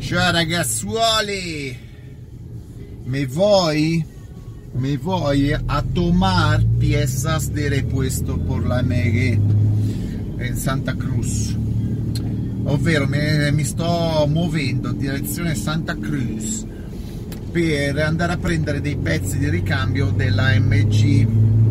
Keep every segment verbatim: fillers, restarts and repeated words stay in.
Ciao ragazzuoli, me voy, me voy a tomar piezas de repuesto por la M G in Santa Cruz, ovvero me, mi sto muovendo in direzione Santa Cruz per andare a prendere dei pezzi di ricambio della M G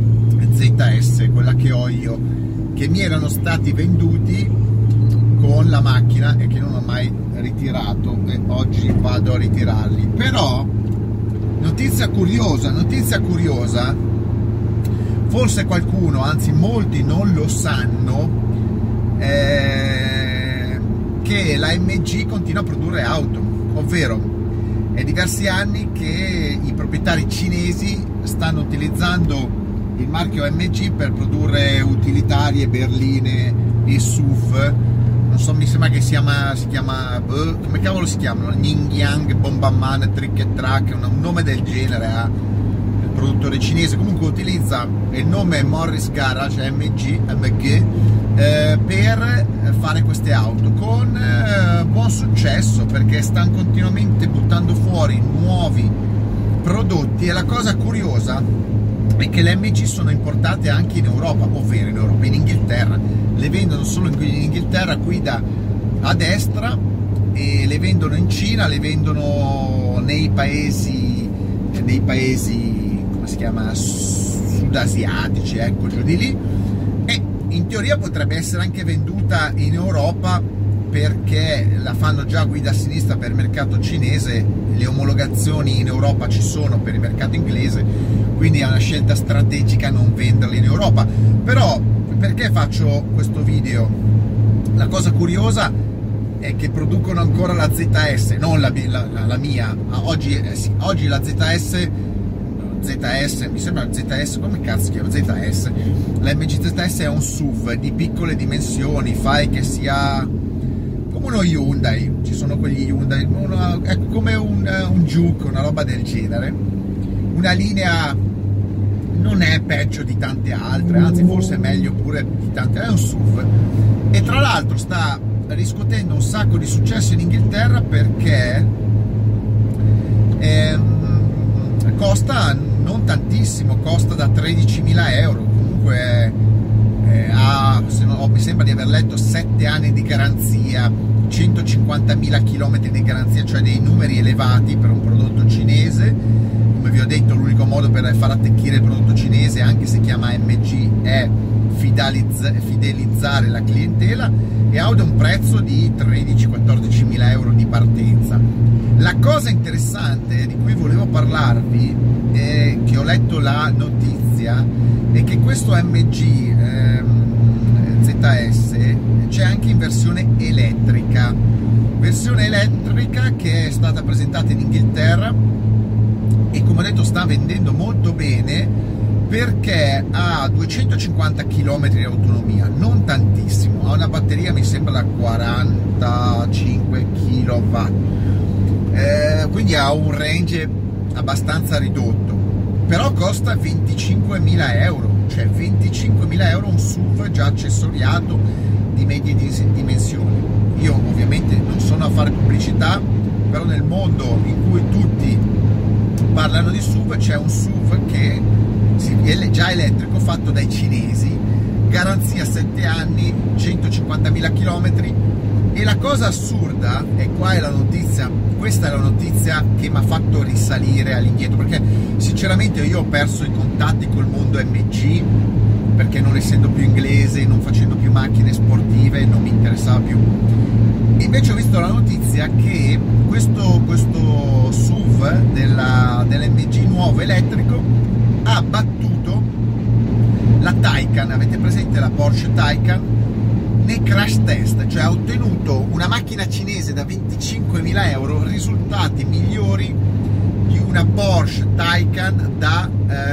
Z S, quella che ho io, che mi erano stati venduti con la macchina e che non ho mai ritirato, e oggi vado a ritirarli. Però notizia curiosa, notizia curiosa, forse qualcuno, anzi molti non lo sanno, eh, che la M G continua a produrre auto, ovvero è diversi anni che i proprietari cinesi stanno utilizzando il marchio M G per produrre utilitarie, berline e S U V. Non so, mi sembra che si chiama, si chiama boh, come cavolo si chiamano? Ningyang, Bomberman, Trick and Track, un, un nome del genere ha il produttore cinese. Comunque utilizza il nome Morris Garage M G, M G eh, per fare queste auto con eh, buon successo, perché stanno continuamente buttando fuori nuovi prodotti. E la cosa curiosa è che le M G sono importate anche in Europa, ovvero in Europa, in Inghilterra. Le vendono solo in Inghilterra, qui da a destra, e le vendono in Cina, le vendono nei paesi, nei paesi, come si chiama, sudasiatici, ecco, giù di lì. E in teoria potrebbe essere anche venduta in Europa, perché la fanno già guida a sinistra per il mercato cinese, le omologazioni in Europa ci sono per il mercato inglese, quindi è una scelta strategica non venderle in Europa. Però perché faccio questo video? La cosa curiosa è che producono ancora la Z S, non la, la, la mia, oggi, eh sì, oggi la Z S, Z S, mi sembra Z S, come cazzo si chiama? Z S, la M G Z S è un S U V di piccole dimensioni, fai che sia come uno Hyundai, ci sono quegli Hyundai, uno, è come un, un Juke, una roba del genere, una linea. Non è peggio di tante altre, anzi forse è meglio pure di tante, è un S U V. E tra l'altro sta riscuotendo un sacco di successo in Inghilterra perché ehm, costa non tantissimo, costa da tredicimila euro, comunque eh, ha, se non, mi sembra di aver letto, sette anni di garanzia, centocinquantamila chilometri di garanzia, cioè dei numeri elevati per un prodotto cinese. Come vi ho detto, l'unico modo per far attecchire il prodotto cinese, anche se chiama M G, è fidelizzare la clientela, e ha un prezzo di tredici quattordici mila euro di partenza. La cosa interessante di cui volevo parlarvi, è che ho letto la notizia, è che questo M G ehm, Z S c'è anche in versione elettrica, versione elettrica che è stata presentata in Inghilterra, e come ho detto sta vendendo molto bene perché ha duecentocinquanta chilometri di autonomia, non tantissimo, ha una batteria mi sembra da quarantacinque chilowatt, eh, quindi ha un range abbastanza ridotto, però costa venticinquemila euro, cioè venticinquemila euro un S U V già accessoriato di medie dimensioni. Io ovviamente non sono a fare pubblicità, però nel mondo in cui tutti parlano di S U V c'è un S U V che è già elettrico, fatto dai cinesi, garanzia sette anni, centocinquantamila chilometri. E la cosa assurda, e qua è la notizia, questa è la notizia che mi ha fatto risalire all'indietro, perché sinceramente io ho perso i contatti col mondo M G, perché non essendo più inglese, non facendo più macchine sportive, non mi interessava più. E invece ho visto la notizia che questo, questo S U V della, dell'M G nuovo elettrico ha battuto la Taycan. Avete presente la Porsche Taycan? Nei crash test, cioè ha ottenuto una macchina cinese da venticinquemila euro risultati migliori di una Porsche Taycan da,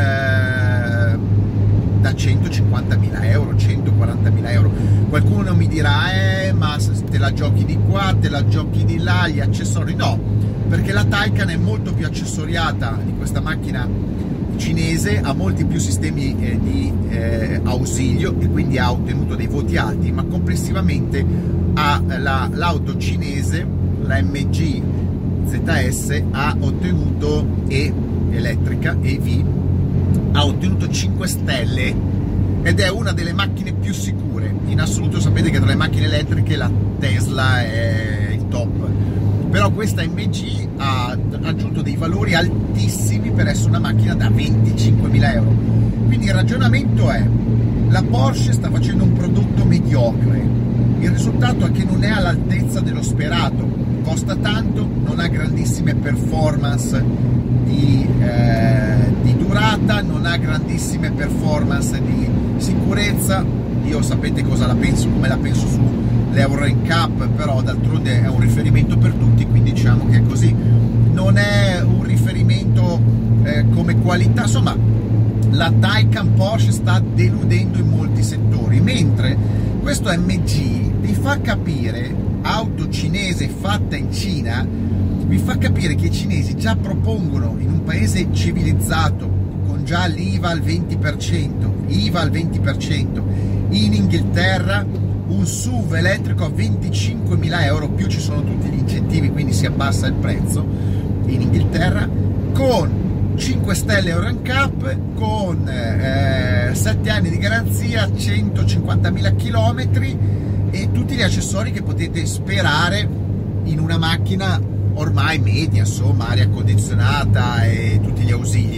eh, da centocinquantamila euro, centoquarantamila euro. Qualcuno mi dirà, eh, ma te la giochi di qua, te la giochi di là, gli accessori. No, perché la Taycan è molto più accessoriata di questa macchina cinese, ha molti più sistemi eh, di eh, ausilio, e quindi ha ottenuto dei voti alti, ma complessivamente ha la, l'auto cinese, la M G Z S ha ottenuto, e elettrica, E V, ha ottenuto cinque stelle ed è una delle macchine più sicure in assoluto. Sapete che tra le macchine elettriche la Tesla è il top, però questa M G ha raggiunto dei valori altissimi per essere una macchina da venticinquemila euro. Quindi il ragionamento è: la Porsche sta facendo un prodotto mediocre, il risultato è che non è all'altezza dello sperato, costa tanto, non ha grandissime performance di, eh, di durata, non ha grandissime performance di sicurezza. Io sapete cosa la penso, come la penso sull'Euro N C A P, però d'altronde è un riferimento per tutti, quindi diciamo che è così. Non è un riferimento eh, come qualità, insomma la Taycan Porsche sta deludendo in molti settori, mentre questo M G vi fa capire, auto cinese fatta in Cina, vi fa capire che i cinesi già propongono in un paese civilizzato, con già l'I V A al venti per cento, I V A al venti per cento, in Inghilterra un S U V elettrico a venticinquemila euro, più ci sono tutti gli incentivi, quindi si abbassa il prezzo in Inghilterra, con cinque stelle Euro N C A P, con eh, sette anni di garanzia, centocinquantamila chilometri e tutti gli accessori che potete sperare in una macchina ormai media, insomma, aria condizionata e tutti gli ausili.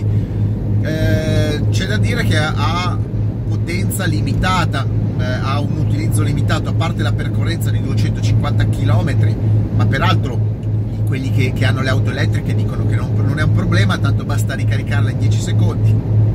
Eh, c'è da dire che ha potenza limitata, eh, ha un utilizzo limitato, a parte la percorrenza di duecentocinquanta chilometri, ma peraltro quelli che, che hanno le auto elettriche dicono che non, non è un problema, tanto basta ricaricarla in dieci secondi,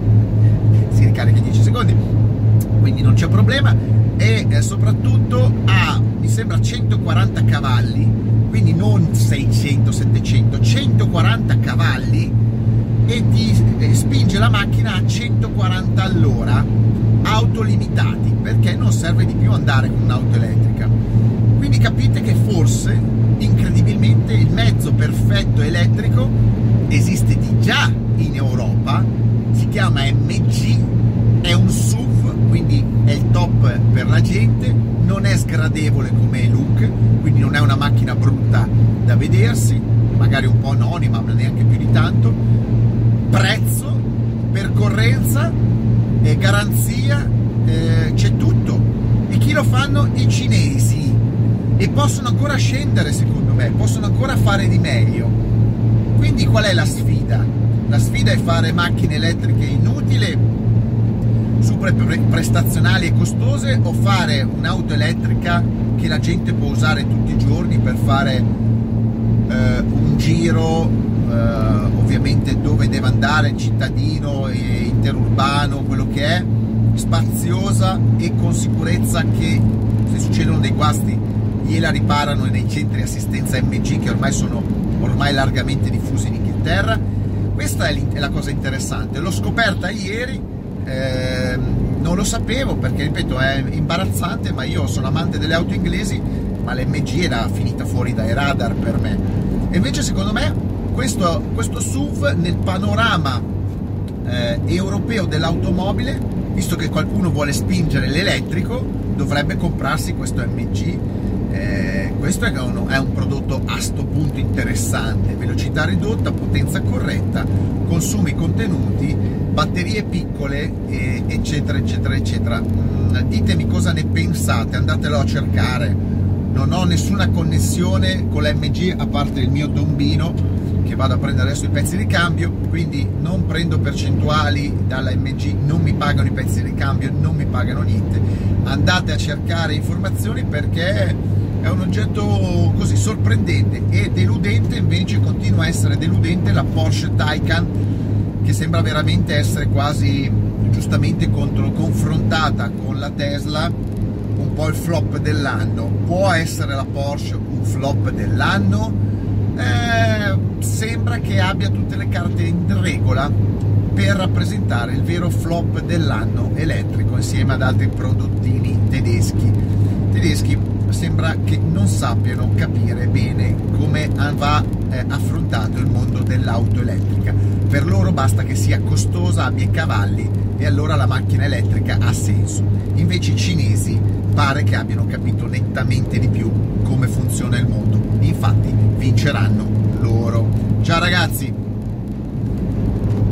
si ricarica in dieci secondi, quindi non c'è problema. E eh, soprattutto ha, mi sembra, centoquaranta cavalli, quindi non seicento settecento, centoquaranta cavalli, e ti eh, spinge la macchina a centoquaranta all'ora, auto limitati, perché non serve di più andare con un'auto elettrica. Quindi capite che forse, incredibilmente, il mezzo perfetto elettrico esiste di già in Europa, si chiama M G, è un S U V, quindi è il top per la gente, non è sgradevole come look, quindi non è una macchina brutta da vedersi, magari un po' anonima, ma neanche più di tanto. Prezzo, percorrenza, eh, garanzia, eh, c'è tutto. E chi lo fanno? I cinesi. E possono ancora scendere, secondo me, possono ancora fare di meglio. Quindi qual è la sfida? La sfida è fare macchine elettriche inutili, super prestazionali e costose, o fare un'auto elettrica che la gente può usare tutti i giorni per fare eh, un giro, eh, ovviamente dove deve andare, cittadino, e interurbano, quello che è, spaziosa e con sicurezza, che se succedono dei guasti gliela riparano nei centri assistenza M G, che ormai sono ormai largamente diffusi in Inghilterra. Questa è, è la cosa interessante, l'ho scoperta ieri, eh, non lo sapevo perché, ripeto, è imbarazzante, ma io sono amante delle auto inglesi, ma l'M G era finita fuori dai radar per me. E invece secondo me questo, questo S U V nel panorama eh, europeo dell'automobile, visto che qualcuno vuole spingere l'elettrico, dovrebbe comprarsi questo M G. Eh, questo è un, è un prodotto a sto punto interessante: velocità ridotta, potenza corretta, consumi contenuti, batterie piccole, eh, eccetera eccetera eccetera. Mm, ditemi cosa ne pensate, andatelo a cercare. Non ho nessuna connessione con l'M G a parte il mio tombino che vado a prendere adesso i pezzi di cambio, quindi non prendo percentuali dalla M G, non mi pagano i pezzi di cambio, non mi pagano niente. Andate a cercare informazioni, perché è un oggetto così sorprendente. E deludente invece continua a essere deludente la Porsche Taycan, che sembra veramente essere quasi giustamente contro, confrontata con la Tesla, un po' il flop dell'anno. Può essere la Porsche un flop dell'anno? Eh, sembra che abbia tutte le carte in regola per rappresentare il vero flop dell'anno elettrico, insieme ad altri prodottini tedeschi. Tedeschi sembra che non sappiano capire bene come va eh, affrontato il mondo dell'auto elettrica. Per loro basta che sia costosa, abbia i cavalli, e allora la macchina elettrica ha senso. Invece i cinesi pare che abbiano capito nettamente di più come funziona il mondo. Infatti vinceranno loro. Ciao ragazzi!